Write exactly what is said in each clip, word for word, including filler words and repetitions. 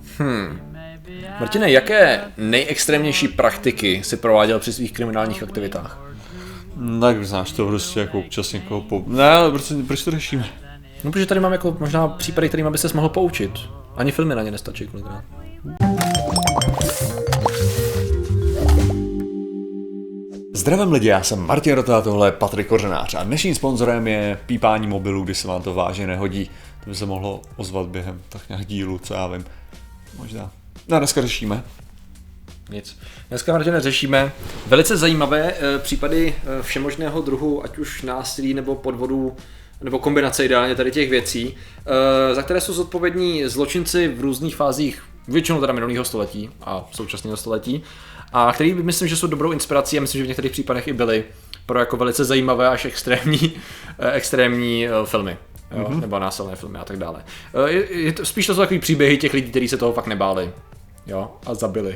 Hmm. Martine, jaké nejextrémnější praktiky si prováděl při svých kriminálních aktivitách? Tak znáš to prostě jako občas někoho po... Ne, ale proč, proč to řešíme? No, protože tady mám jako možná případy, kterým by ses mohl poučit. Ani filmy na ně nestačí kolikrát. Zdravím lidi, já jsem Martin Rota, tohle je Patrik Kořenář a dnešním sponzorem je pípání mobilů, když se vám to vážně nehodí. To by se mohlo ozvat během tak nějak dílu, co já vím. Možná. No dneska řešíme. Nic. Dneska, Martine, řešíme velice zajímavé e, případy e, všemožného druhu, ať už násilí nebo podvodů, nebo kombinace ideálně tady těch věcí, e, za které jsou zodpovědní zločinci v různých fázích, většinou teda minulého století a současného století, a který myslím, že jsou dobrou inspirací a myslím, že v některých případech i byly pro jako velice zajímavé až extrémní, e, extrémní e, filmy. Jo, mm-hmm. Nebo násilné filmy a tak dále. E, je, je to, spíš to jsou takový příběhy těch lidí, kteří se toho fakt nebáli. Jo, a zabili.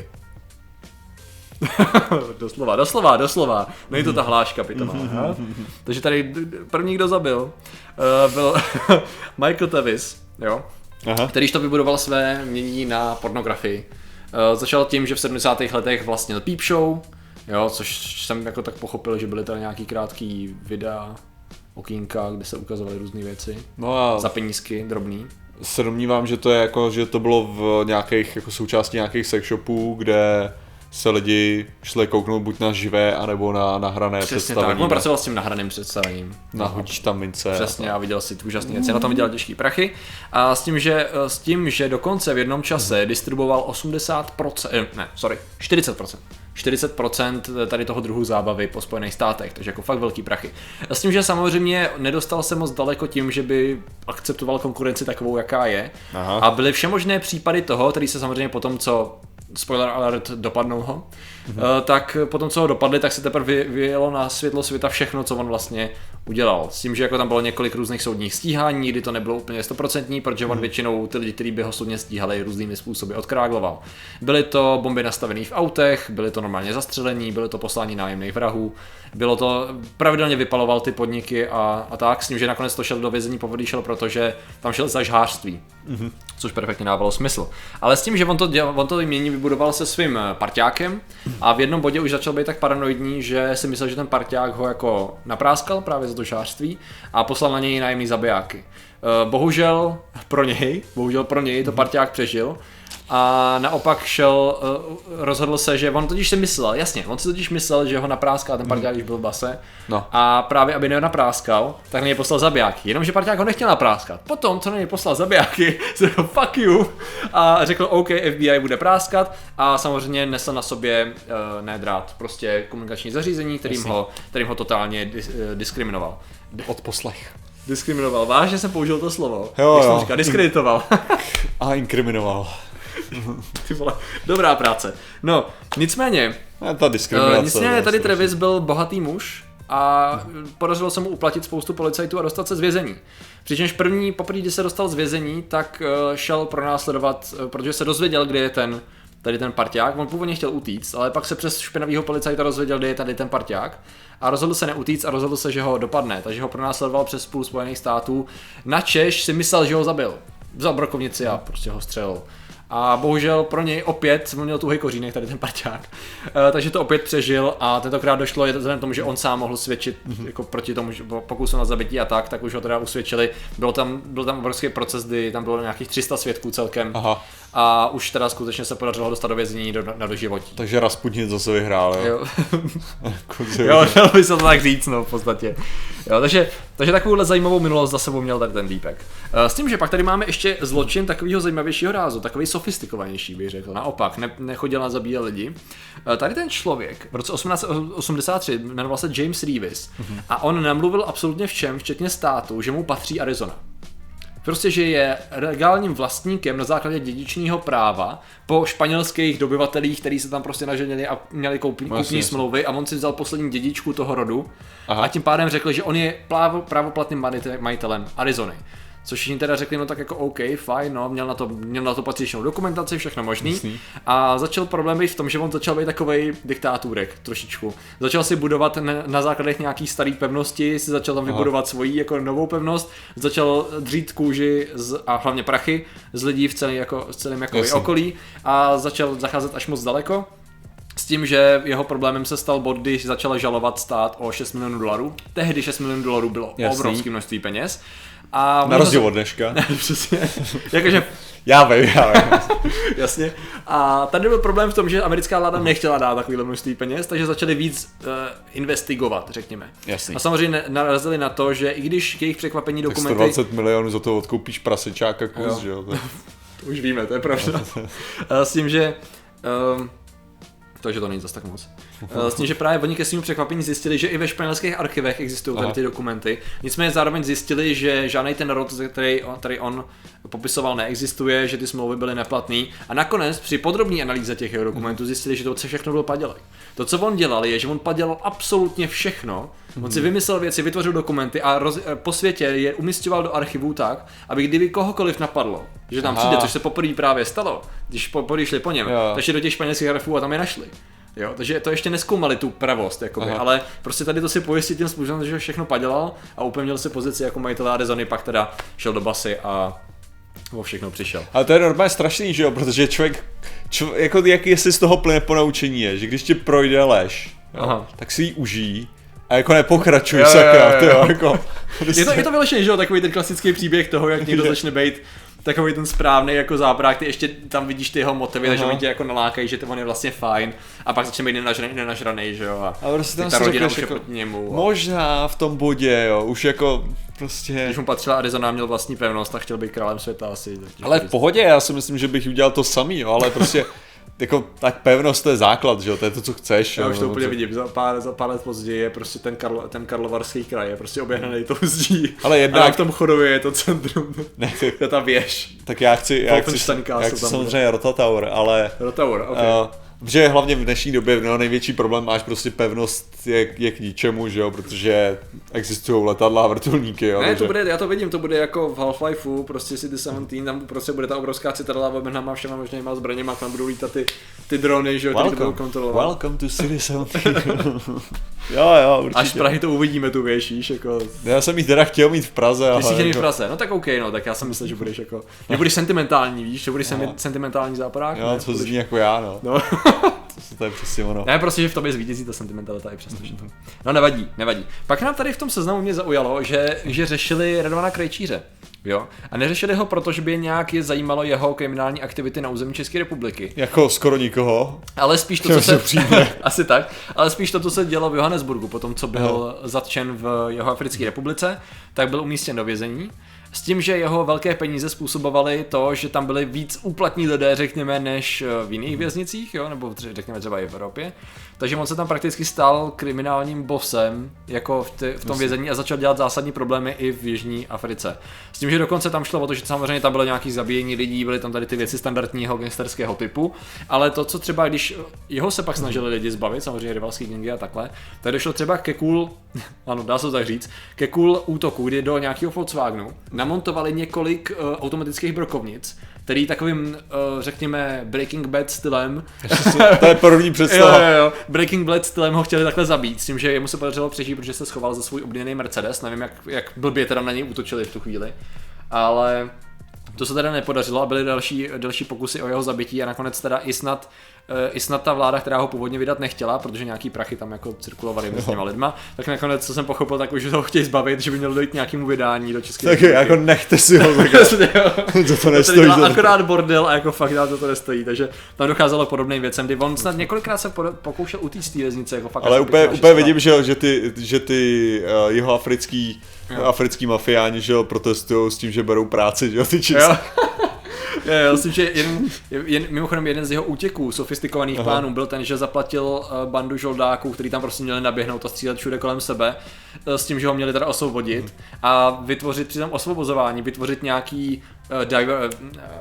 doslova, doslova, doslova. Není to ta hláška pitomá. Takže tady první, kdo zabil, uh, byl Michael Tevis, jo, Aha. kterýž to vybudoval své mění na pornografii. Uh, začal tím, že v sedmdesátých letech vlastnil Peep Show, jo, což jsem jako tak pochopil, že byly tady nějaký krátký videa, okýnka, kde se ukazovaly různé věci. No a za penízky, drobný. Se domnívám, že to je jako, že to bylo v nějakých jako součástí nějakých sex shopů, kde se lidi šli kouknout buď na živé, anebo na nahrané Přesně představení. Tak, on pracoval s tím nahraným představením. Nahodíš tam mince. Přesně, a viděl si tu úžasné věci, na tom viděl těžký prachy. A s tím, že, s tím, že dokonce v jednom čase distribuoval osmdesát procent, ne, sorry, čtyřicet procent. čtyřicet procent tady toho druhu zábavy po Spojených státech, takže jako fakt velký prachy. A s tím, že samozřejmě nedostal se moc daleko tím, že by akceptoval konkurenci takovou, jaká je. Aha. A byly všemožné případy toho, který se samozřejmě potom, co spoiler alert, dopadnou ho, mhm. tak potom, co ho dopadli, tak se teprve vyjelo na světlo světa všechno, co on vlastně udělal. S tím, že jako tam bylo několik různých soudních stíhání, kdy to nebylo úplně stoprocentní, protože on mhm. většinou ty lidi, kteří by ho soudně stíhali, různými způsoby odkrágloval. Byly to bomby nastavené v autech, byly to normálně zastřelení, byly to poslání nájemných vrahů, bylo to, pravidelně vypaloval ty podniky a, a tak, s tím, že nakonec to šel do vězení, šel, protože tam šel za žhářství, mhm. což perfektně dávalo smysl. Ale s tím, že on to, děl, on to jmění vybudoval se svým parťákem a v jednom bodě už začal být tak paranoidní, že si myslel, že ten parťák ho jako napráskal právě za to žhářství a poslal na něj nájemný zabijáky. Bohužel pro něj, bohužel pro něj to parťák přežil. A naopak šel, rozhodl se, že on totiž si myslel, jasně, on si totiž myslel, že ho napráská ten parťák, když byl v base. No. A právě aby nenapráskal, tak na něj poslal zabijáky. Jenomže parťák ho nechtěl napráskat. Potom, co na něj poslal zabijáky, řekl fuck you a řekl OK, F B I bude práskat a samozřejmě nesl na sobě uh, ne drát, prostě komunikační zařízení, kterým ho, kterým ho totálně dis, uh, diskriminoval. Odposlech. Diskriminoval, vážně jsem použil to slovo. Jo, jak jo. jsem říkal, diskreditoval. A inkriminoval. Ty vole, dobrá práce. No, nicméně, ta diskriminace. Uh, nicméně tady Travis byl bohatý muž a podařilo se mu uplatit spoustu policajtů a dostat se z vězení. Přičemž první, poprvé, kdy se dostal z vězení, tak uh, šel pronásledovat, uh, protože se dozvěděl, kde je ten, tady ten parťák. On původně chtěl utíct, ale pak se přes špinavýho policajta dozvěděl, kde je tady ten parťák. A rozhodl se neutíct a rozhodl se, že ho dopadne. Takže ho pronásledoval přes půl Spojených států. Načež si myslel, že ho zabil. Vzal brokovnici a prostě ho střelil. A bohužel pro něj opět měl tuhý kořínek, tady ten parťák. E, takže to opět přežil a tentokrát došlo vzhledem tomu, že on sám mohl svědčit mm-hmm. jako proti tomu pokusu na zabití a tak, tak už ho teda usvědčili. Byl tam, byl tam obrovský proces, kdy tam bylo nějakých tři sta svědků celkem. Aha. A už teda skutečně se podařilo dostat do vězení do, na doživotí. Takže Rasputin zase vyhrál, jo? Jo, jo dalo by se to tak říct, no v podstatě. Jo, takže, takže takovouhle zajímavou minulost za sebou měl tady ten týpek. S tím, že pak tady máme ještě zločin takového zajímavějšího rázu, takový sofistikovanější, bych řekl. Naopak, ne, nechodil na zabíjet lidi. Tady ten člověk v roce osmnáct osmdesát tři jmenoval se James Reeves mm-hmm. a on nemluvil absolutně v čem, včetně státu, že mu patří Arizona. Prostě, že je legálním vlastníkem na základě dědičního práva po španělských dobyvatelích, kteří se tam prostě naženili a měli koupní, koupní smlouvy a on si vzal poslední dědičku toho rodu. Aha. A tím pádem řekl, že on je právo, právoplatným majitelem Arizony. Což všichni teda řekli, no tak jako OK, fajn, no, měl na to, měl na to patřičnou dokumentaci, všechno možný. Jasný. A začal problém být v tom, že on začal být takovej diktátůrek trošičku. Začal si budovat na, na základech nějaký starý pevnosti, si začal tam Aha. vybudovat svoji jako novou pevnost, začal dřít kůži z, a hlavně prachy z lidí v celém jako, v celém jako okolí a začal zacházet až moc daleko. S tím, že jeho problémem se stal bod, když začala žalovat stát o šest milionů dolarů. Tehdy šest milionů dolarů bylo Jasný. obrovské množství peněz. A na rozdíl od dneška. Přesně. Jakože... Já vím, já vím. Jasně. A tady byl problém v tom, že americká vláda nechtěla dát takovýhle množství peněz, takže začali víc uh, investigovat, řekněme. Jasný. A samozřejmě narazili na to, že i když k jejich překvapení dokumenty... sto dvacet milionů za to odkoupíš prasečáka kus, jo. že jo? To už víme, to je pravda. S tím, že... Um, takže to není zase tak moc. S tím, že právě oni ke svému překvapení zjistili, že i ve španělských archivech existují tady ty dokumenty. Nicméně zároveň zjistili, že žádný ten rod, který, který on popisoval, neexistuje, že ty smlouvy byly neplatný. A nakonec při podrobné analýze těch jeho dokumentů zjistili, že to všechno byl padělek. To, co on dělal, je, že on padělal absolutně všechno. On si vymyslel věci, vytvořil dokumenty a roz, po světě je umisťoval do archivů tak, aby kdyby kohokoliv napadlo, že tam Aha. přijde, což se poprvé právě stalo, když poprvé šli po něm, jo. takže do těch španělských archivů a tam je našli. Jo, takže to ještě nezkoumali tu pravost, jakoby, ale prostě tady to si pojistit tím způsobem, že všechno padělal a úplně měl si pozici jako majitel Arizony, pak teda šel do basy a o všechno přišel. Ale to je normálně strašný, že jo, protože člověk, člověk jako jak jestli z toho plyne ponaučení je, že když ti projde lež, jo, tak si ji užij a jako nepokračuj, jo, sakra, jo, jo, jo. Jako, je to, je to vyložený, že jo, takový ten klasický příběh toho, jak někdo začne být takový ten správný jako zábrák, ty ještě tam vidíš ty jeho motivy, takže oni tě jako nalákají, že to on je vlastně fajn a pak začne být nenažraný, nenažraný, že jo, a, a prostě ta rodina už je proti němu. A... Možná v tom bodě, jo, už jako prostě... Když mu patřila Arizona, měl vlastní pevnost a chtěl být králem světa asi. Ale v pohodě, já si myslím, že bych udělal to samý, jo, ale prostě... Jako, tak pevnost to je základ, že jo, to je to, co chceš. Já už to úplně co... vidím, za pár, za pár let později je prostě ten, Karlo, ten Karlovarský kraj, je prostě oběhnaný tou zdí. Ale jednak... A v tom Chodově je to centrum, ne, je ta věž. Tak já chci, já chci, já chci samozřejmě Rototower, ale... Rototower, ok. Uh, Protože hlavně v dnešní době no, největší problém máš prostě pevnost je, je k ničemu, že jo, protože existují letadla a vrtulníky, jo. Ne, takže... to bude, já to vidím, to bude jako v Half-Lifeu, prostě City sedmnáct, tam prostě bude ta obrovská citadela objednaná všema možnýma zbraněma, tam budou lítat ty, ty drony, že jo, které budou kontrolovat. Welcome to City sedmnáct. Jo, jo, určitě. Až z Prahy to uvidíme, tu věž, víš, jako... Já jsem jí teda chtěl mít v Praze. Ty jsi chtěl mít v Praze, no tak OK, no, tak já jsem myslel, že budeš jako, že budeš sentimentální, víš, že budeš no. sentimentální záporák. Jo, ne, co budeš... zní jako já, no. no. To je přesně ono. Ne, prostě, že v tobě zvítězí ta sentimentalita i přesto, že to... No nevadí, nevadí. Pak nám tady v tom seznamu mě zaujalo, že, že řešili Radovana Krejčíře. Jo? A neřešili ho, protože by nějak je zajímalo jeho kriminální aktivity na území České republiky. Jako skoro nikoho. Ale spíš to, co se... Asi tak. Ale spíš to, co se dělo v Johannesburgu, potom co byl no. zatčen v Jihoafrické republice, tak byl umístěn do vězení. S tím, že jeho velké peníze způsobovaly to, že tam byli víc úplatní lidé, řekněme, než v jiných věznicích, jo? Nebo řekněme třeba i v Evropě. Takže on se tam prakticky stal kriminálním bossem jako v, ty, v tom vězení a začal dělat zásadní problémy i v Jižní Africe. S tím, že dokonce tam šlo o to, že samozřejmě tam bylo nějaké zabíjení lidí, byly tam tady ty věci standardního gangsterského typu, ale to, co třeba, když jeho se pak snažili lidi zbavit, samozřejmě rivalský gangy a takhle, tak došlo třeba ke cool, ano, dá se to tak říct, ke cool útoku, kdy do nějakého Volkswagenu namontovali několik uh, automatických brokovnic, který takovým, uh, řekněme, Breaking Bad stylem. To je první představa. jo, jo, jo. Breaking Bad stylem ho chtěli takhle zabít, s tím, že jemu se podařilo přežít, protože se schoval za svůj oblíbený Mercedes, nevím, jak, jak blbě teda na něj útočili v tu chvíli, ale to se teda nepodařilo a byly další, další pokusy o jeho zabití a nakonec teda i snad i snad ta vláda, která ho původně vydat nechtěla, protože nějaký prachy tam jako cirkulovaly mezi těma lidma, tak nakonec, co jsem pochopil, tak už ho chtějí zbavit, že by mělo dojít nějakému vydání do České republiky. Tak jako nechte si ho to to nestojí. To akorát bordel a jako fakt dál to, to nestojí, takže tam docházelo k podobným věcem, kdy on snad několikrát se pokoušel utíct z té věznice. Jako fakt. Ale úplně, úplně vidím, že, že ty, že ty uh, jihoafrický africký mafiáni, že jo, protestují s tím, že berou práci, že jo, ty čistí. Já myslím, že jen, jen, mimochodem jeden z jeho útěků, sofistikovaných Aha. plánů, byl ten, že zaplatil uh, bandu žoldáků, který tam prostě měli naběhnout a střílet všude kolem sebe, uh, s tím, že ho měli teda osvobodit hmm. a vytvořit při tom osvobozování, vytvořit nějaký uh, diver, uh,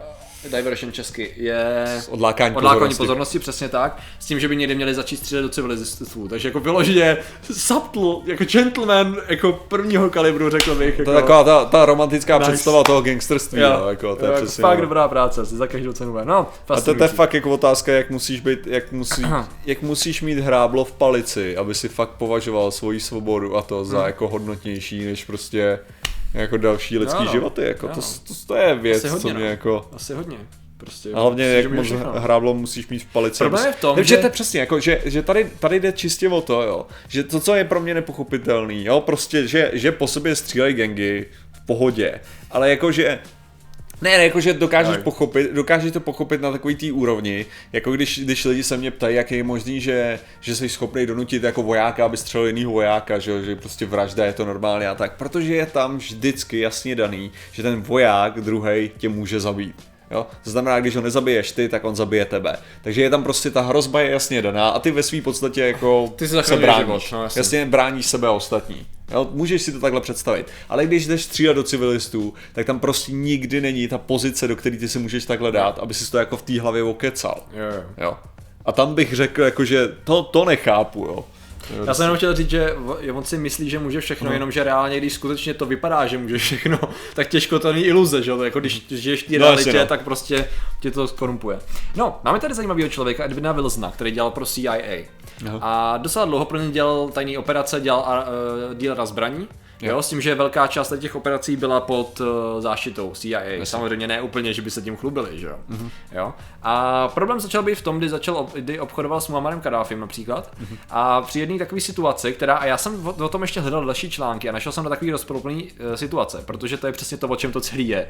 diversion česky, je odlákání, odlákání pozornosti. pozornosti, přesně tak, s tím, že by někdy měli začít střílet do civilistů, takže jako vyloženě subtle, jako gentleman, jako prvního kalibru, řekl bych. To jako, je taková ta, ta romantická nice. představa toho gangsterství, jo, no, jako, to je jo, přesně. fakt no. dobrá práce, asi za každou cenu bude, no, A to, to je fakt jako otázka, jak musíš být, jak, musí, jak musíš mít hráblo v palici, aby si fakt považoval svoji svobodu a to za Hmm. jako hodnotnější, než prostě jako další lidský No, no. životy, jako Jo, to, no. to, to je věc, Asi hodně, co mě no. jako... Asi hodně. Prostě, A hlavně jak moc všechno. hráblo musíš mít v palici. Problém abys- je v tom, Ne, že- to je přesně, jako, že, že tady, tady jde čistě o to, jo, že to, co je pro mě nepochopitelný, jo, prostě, že, že po sobě střílejí gangy v pohodě, ale jakože ne, ne, jakože dokážeš Tak. pochopit, dokážeš to pochopit na takový té úrovni, jako když, když lidi se mě ptají, jak je možný, že, že jsi schopný donutit jako vojáka, aby střelil jinýho vojáka, že, jo, že prostě vražda je to normálně a tak, protože je tam vždycky jasně daný, že ten voják druhej tě může zabít. Jo? To znamená, když ho nezabiješ ty, tak on zabije tebe. Takže je tam prostě ta hrozba je jasně daná a ty ve své podstatě jako Ty si se zachraňuješ bráníš. život, no, jasně. jasně bráníš sebe a ostatní. Jo? Můžeš si to takhle představit. Ale když jdeš střílet do civilistů, tak tam prostě nikdy není ta pozice, do které ty si můžeš takhle dát, aby si to jako v té hlavě okecal. Jo, jo. Jo? A tam bych řekl, jako, že to, to nechápu. Jo? Já jsem jenom chtěl říct, že on si myslí, že může všechno, No. jenom že reálně, když skutečně to vypadá, že může všechno, tak těžko to není iluze, že jo, jako když žiješ v té No, realitě, jasně, no. tak prostě tě to skorumpuje. No, máme tady zajímavého člověka, Edwina Wilsona, který dělal pro C I A. Aha. A docela dlouho pro ně dělal tajný operace, dělal uh, dílera zbraní. Jo. jo, s tím, že velká část těch operací byla pod uh, záštitou C I A. Jasně. Samozřejmě ne úplně, že by se tím chlubili, že jo. Mm-hmm. jo. A problém začal být v tom, kdy začal, ob, kdy obchodoval s Muammarem Kaddáfim například. Mm-hmm. A při jedné takové situaci, která, a já jsem o, o tom ještě hledal další články a našel jsem na takový rozporuplný uh, situace, protože to je přesně to, o čem to celý je.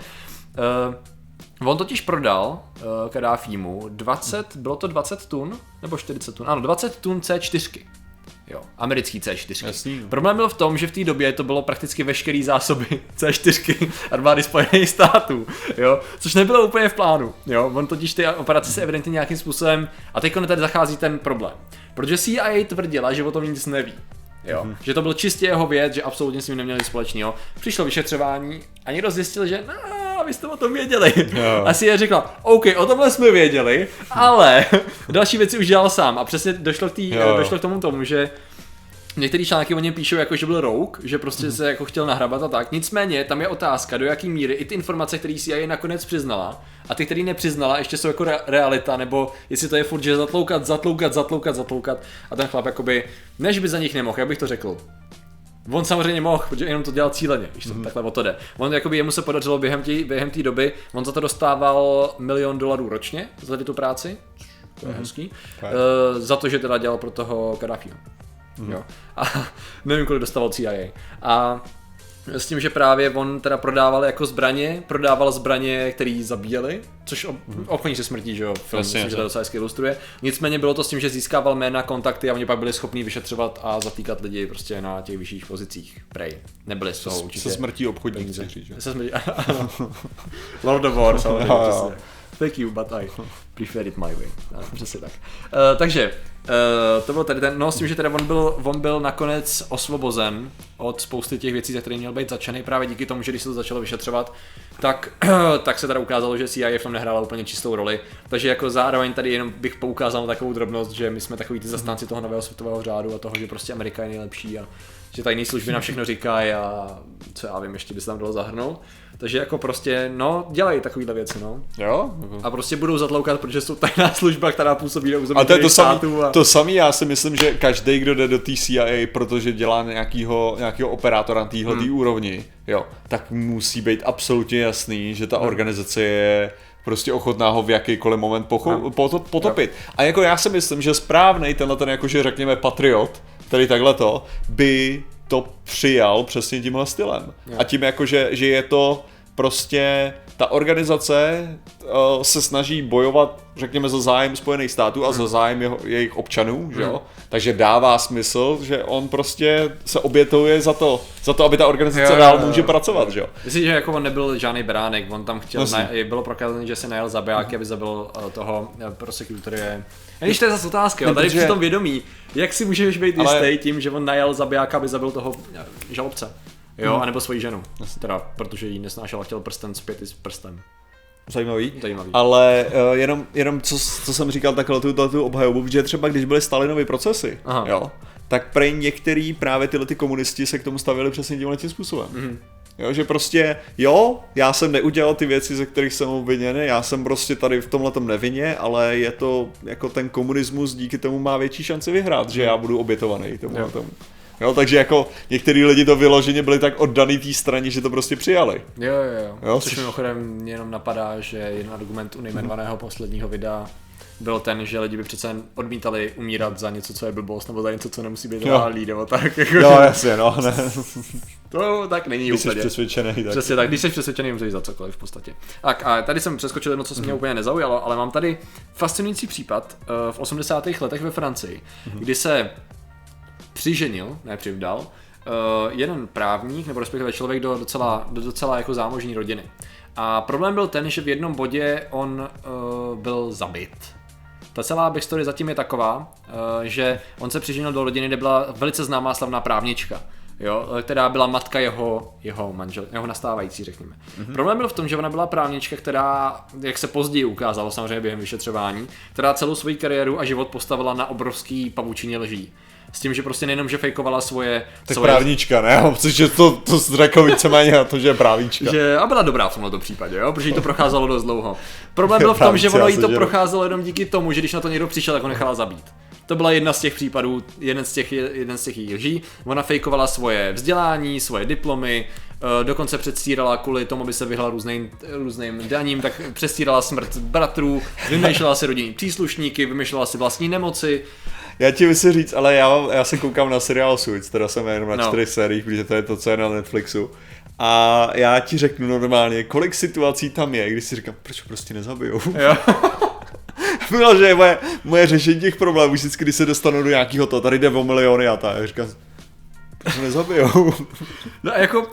Uh, On totiž prodal uh, Kaddáfímu dvacet, bylo to dvacet tun, nebo čtyřicet tun, ano, dvacet tun C čtyři. Jo, americký C čtyři. Jasný. Problém byl v tom, že v té době to bylo prakticky veškerý zásoby C čtyři armády Spojených států, jo, což nebylo úplně v plánu, jo, on totiž ty operace se evidentně nějakým způsobem, a teď tady zachází ten problém, protože C I A tvrdila, že o tom nic neví. Jo, mm-hmm. že to byl čistě jeho věc, že absolutně s ním neměli společného. Přišlo vyšetřování a někdo zjistil, že no, vy jste o tom věděli. Jo. A si je řekla, OK, o tomhle jsme věděli, ale další věci už dělal sám. A přesně došlo k, tý, došlo k tomu tomu, že některý články o něm píšou jako, že byl rouk, že prostě se jako chtěl nahrabat a tak. Nicméně tam je otázka, do jaký míry i ty informace, které C I A nakonec přiznala, a ty, které nepřiznala, ještě jsou jako re- realita, nebo jestli to je furt, že zatloukat, zatloukat, zatloukat, zatloukat. A ten chlap jakoby, než by za nich nemohl, jak bych to řekl. On samozřejmě mohl, protože jenom to dělal cíleně, když to mm-hmm. takhle o to jde. On jakoby jemu se podařilo během té během té doby, on za to dostával milion dolarů ročně za tu práci, to je mm-hmm. hezký, uh, za to, že teda dělal pro toho Kaddáfího. Mm-hmm. Jo. A nevím, kolik dostával C I A. A s tím, že právě on teda prodával jako zbraně, prodával zbraně, které zabíjeli, což ob, mm. obchodník se smrtí, že jo, film, Jasně, myslím, že to docela hezky ilustruje. Nicméně bylo to s tím, že získával jména, kontakty a oni pak byli schopni vyšetřovat a zatýkat lidi prostě na těch vyšších pozicích. Prej. Nebyli z toho určitě. Se smrtí obchodník, peníze. chci říct, že? Se smrtí, ano. Lord of War, samozřejmě, Jo, jo. přesně. Thank you, but I prefer it my way. No, přesně tak. Uh, takže, uh, to byl tady ten, no s tím, že teda on byl, on byl nakonec osvobozen od spousty těch věcí, za které měl být začený právě díky tomu, že když se to začalo vyšetřovat, tak, tak se teda ukázalo, že C I A v tom nehrála úplně čistou roli. Takže jako zároveň tady jenom bych poukázal na takovou drobnost, že my jsme takový ty zastánci toho nového světového řádu a toho, že prostě Amerika je nejlepší a že tajné služby na všechno říkají a co já vím, ještě by se tam dalo zahrnout. Takže jako prostě, no, dělají takovýhle věci, no. Jo? A prostě budou zatloukat, protože jsou tajná služba, která působí na území A to je to samý, států. A... to samý, já si myslím, že každý, kdo jde do té C I A, protože dělá nějakýho, nějakýho operátora na téhle hmm. úrovni, jo, tak musí být absolutně jasný, že ta hmm. organizace je prostě ochotná ho v jakýkoliv moment pocho- no. potop- potopit. No. A jako já si myslím, že správnej tenhle ten jakože řekněme patriot, který takhle to, by to přijal přesně tímhle stylem. No. A tím jakože, že je to prostě ta organizace uh, se snaží bojovat, řekněme, za zájem Spojených států a hmm. za zájem jeho, jejich občanů, že jo? Hmm. Takže dává smysl, že on prostě se obětuje za to, za to, aby ta organizace jo, dál jo, může jo, pracovat, jo. že jo? Myslím, že jako on nebyl žádný beránek, on tam chtěl, na, bylo prokázané, že se najel zabijáky, hmm. aby zabil uh, toho uh, prosekutory. Když to je zase otázka, jo, tady při tom vědomí, jak si můžeš být ale... jistý tím, že on najel zabijáka, aby zabil toho žalobce. Jo, hmm. anebo svoji ženu, teda, protože jí nesnášel a chtěl prsten zpět i s prstem. zajímavý. Zajímavý. Ale uh, jenom, jenom co, co jsem říkal takhle tu, tu obhajobu, že třeba když byly Stalinovy procesy, jo, tak prej některý právě tyhle ty komunisti se k tomu stavili přesně tímhle tím způsobem. Mm-hmm. Jo, že prostě, jo, já jsem neudělal ty věci, ze kterých jsem obviněný, já jsem prostě tady v tomhletom nevinně, ale je to, jako ten komunismus díky tomu má větší šanci vyhrát, že já budu obětovaný tomu jo. tomu. Jo, takže jako některý lidi to vyloženě byli tak oddaný té straně, že to prostě přijali. Jo, jo, jo. jo Což mimochodem mě jenom napadá, že jeden argument u nejmenovaného posledního videa byl ten, že lidi by přece odmítali umírat za něco, co je blbost, nebo za něco, co nemusí být reálný, nebo tak. Jako, jo, jasně, no, ne. To tak není když úplně. Když jsi přesvědčený, tak. Přesně tak, když jsi přesvědčený, můžeš za cokoliv v podstatě. Tak a tady jsem přeskočil jedno, co se mě mm. úplně nezaujalo, ale mám tady fascinující případ uh, v osmdesátých letech ve Francii, mm. kdy se přiženil, ne přivdal, uh, jeden právník, nebo respektive člověk do docela, do docela jako zámožní rodiny. A problém byl ten, že v jednom bodě on uh, byl zabit. Ta celá backstory zatím je taková, uh, že on se přiženil do rodiny, kde byla velice známá slavná právnička, jo, která byla matka jeho, jeho manžel, jeho nastávající, řekněme. Mm-hmm. Problém byl v tom, že ona byla právnička, která, jak se později ukázalo samozřejmě během vyšetřování, která celou svou kariéru a život postavila na obrovský pavučině lží. S tím, že prostě nejenom, že fejkovala svoje... Tak svoje... právnička, ne? Protože to, to řekl víceméně na to, že je právnička. Že, a byla dobrá v tomto případě, jo? Protože jí to procházelo dost dlouho. Problém byl v tom, že ono jí to procházelo jenom díky tomu, že když na to někdo přišel, tak ho nechala zabít. To byla jedna z těch případů, jeden z těch, jeden z těch jí lží. Ona fejkovala svoje vzdělání, svoje diplomy, dokonce předstírala kvůli tomu, aby se vyhla různým, různým daním, tak předstírala smrt bratrů, vymýšlela si rodinní příslušníky, vymýšlela si vlastní nemoci. Já ti musím říct, ale já, já se koukám na seriál Suits, teda jsem jenom na no. čtyři sériích, protože to je to, co je na Netflixu. A já ti řeknu normálně, kolik situací tam je, když si říkám, proč prostě nezabijou. Jo. Bylo, že moje, moje řešení těch problémů, vždycky, když se dostanu do nějakého toho, tady jde o miliony a tak, říkám, proč nezabijou. No jako,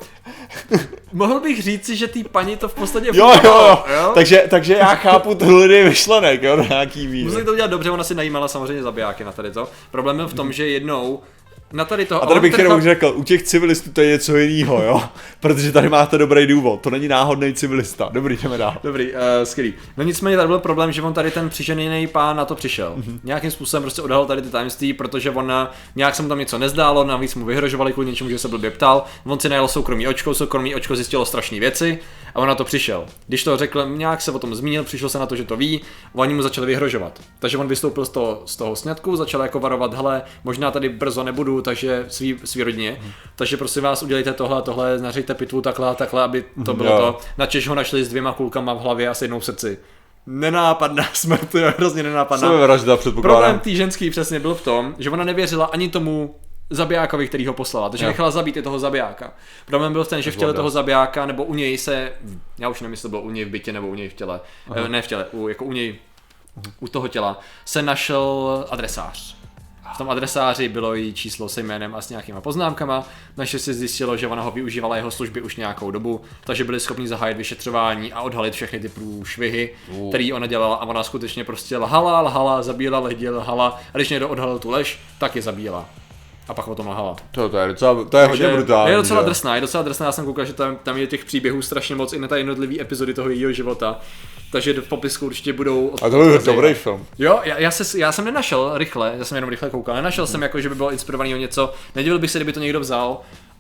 mohl bych říci, že tý paní to v podstatě jo, jo, jo, jo. Takže, takže já chápu tohle myšlenek, jo, na nějaký míry. Museli to udělat dobře, ona si najímala samozřejmě zabijáky na tady to. Problém byl v tom, že jednou na tady to... A tady bych jenom řekl, u těch civilistů to je něco jiného, jo? Protože tady máte dobrý důvod, to není náhodný civilista. Dobrý, jdeme dál. Dobrý, uh, skvělý. No nicméně tady byl problém, že on tady ten přiženěný pán na to přišel. Mm-hmm. Nějakým způsobem prostě odhalil tady ty tajemství, protože on nějak se mu tam něco nezdálo, navíc mu vyhrožovali kvůli něčemu, že se blbě ptal. On si najel soukromý očko, soukromý očko zjistilo strašné věci a on na to přišel. Když to řekl, nějak se o tom zmínil, přišel se na to, že to ví, oni mu začali vyhrožovat. Takže on vystoupil z toho, z toho sňatku, začal jako varovat, hele, možná tady brzo nebudu, takže svý, svý rodině. Hmm. Takže prosím vás, udělejte tohle, tohle, nařijte pitvu takhle a takhle, aby to bylo jo. to. Načež ho našli s dvěma kulkama v hlavě a s jednou v srdci. Nenápadná smrt, to je hrozně nenápadná. Sebevražda, předpokládám. Problém tý ženský přesně byl v tom, že ona nevěřila ani tomu zabijákovi, který ho poslala, takže jo. nechala zabít i toho zabijáka. Problém byl v tom, že v těle toho zabijáka, nebo u něj se, já už nevím, jestli to bylo u něj v bytě nebo u něj v těle, Aha. ne v těle, u, jako u něj, u toho těla, se našel adresář. V tom adresáři bylo její číslo se jménem a s nějakýma poznámkama, naše se zjistilo, že ona ho využívala jeho služby už nějakou dobu, takže byli schopni zahájit vyšetřování a odhalit všechny ty průšvihy, uh. který ona dělala a ona skutečně prostě lhala, lhala, zabíjela lidi, lhala a když někdo odhalil tu lež, tak je zabíjela. A pak o tom lhala. To, to je, docela, to je hodně brutální. Je docela že? drsná, je docela drsná, já jsem koukal, že tam, tam je těch příběhů strašně moc i na ty jednotlivé epizody toho jejího života. Takže v popisku určitě budou... A to byl dobrý film. Jo, já, já, se, já jsem nenašel rychle, já jsem jenom rychle koukal, nenašel hmm. jsem jako, že by bylo inspirovaný o něco, nedivil bych se, kdyby to někdo vzal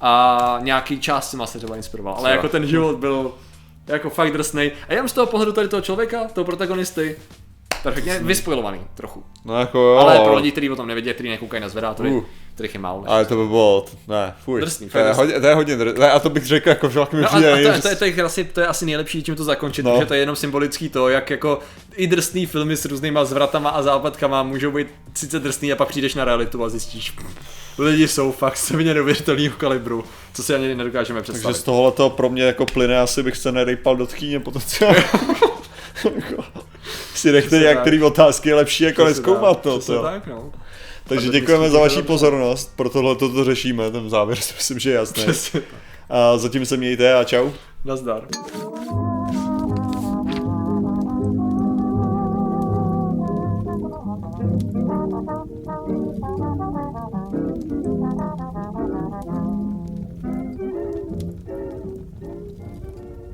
a nějaký část si se třeba inspiroval, ale jako ten život byl jako fakt drsnej. A jenom z toho pohledu tady toho člověka, toho protagonisty, perfektně vyspojovaný trochu. No jako jo. Ale pro lidi, kteří o tom nevědí, kteří nekoukají na zvedátory, uh. kterých je málo. Ale to by bylo, ne, fuj. Drsný, to, je hodně, to je hodně drsný. A to bych řekl, jako však mi no přijde. A, a to, to, je, to, je asi, to je asi nejlepší, čím to zakončit, no. Protože to je jenom symbolický to, jak jako i drsný filmy s různýma zvratama a západkama můžou být sice drsný a pak přijdeš na realitu a zjistíš, lidi jsou fakt se neuvěřitelného kalibru, co si ani nedokážeme představit. Takže z tohoto pro mě jako plyne, asi bych se nerejpal do tchýně potenciálně. Si nechte některé otázky je lepší jako nezkoumat. No, to. Tak, no. Takže děkujeme za vaši pozornost, pro tohle toto řešíme, ten závěr si myslím, že je jasný. A zatím se mějte a čau. Nazdar.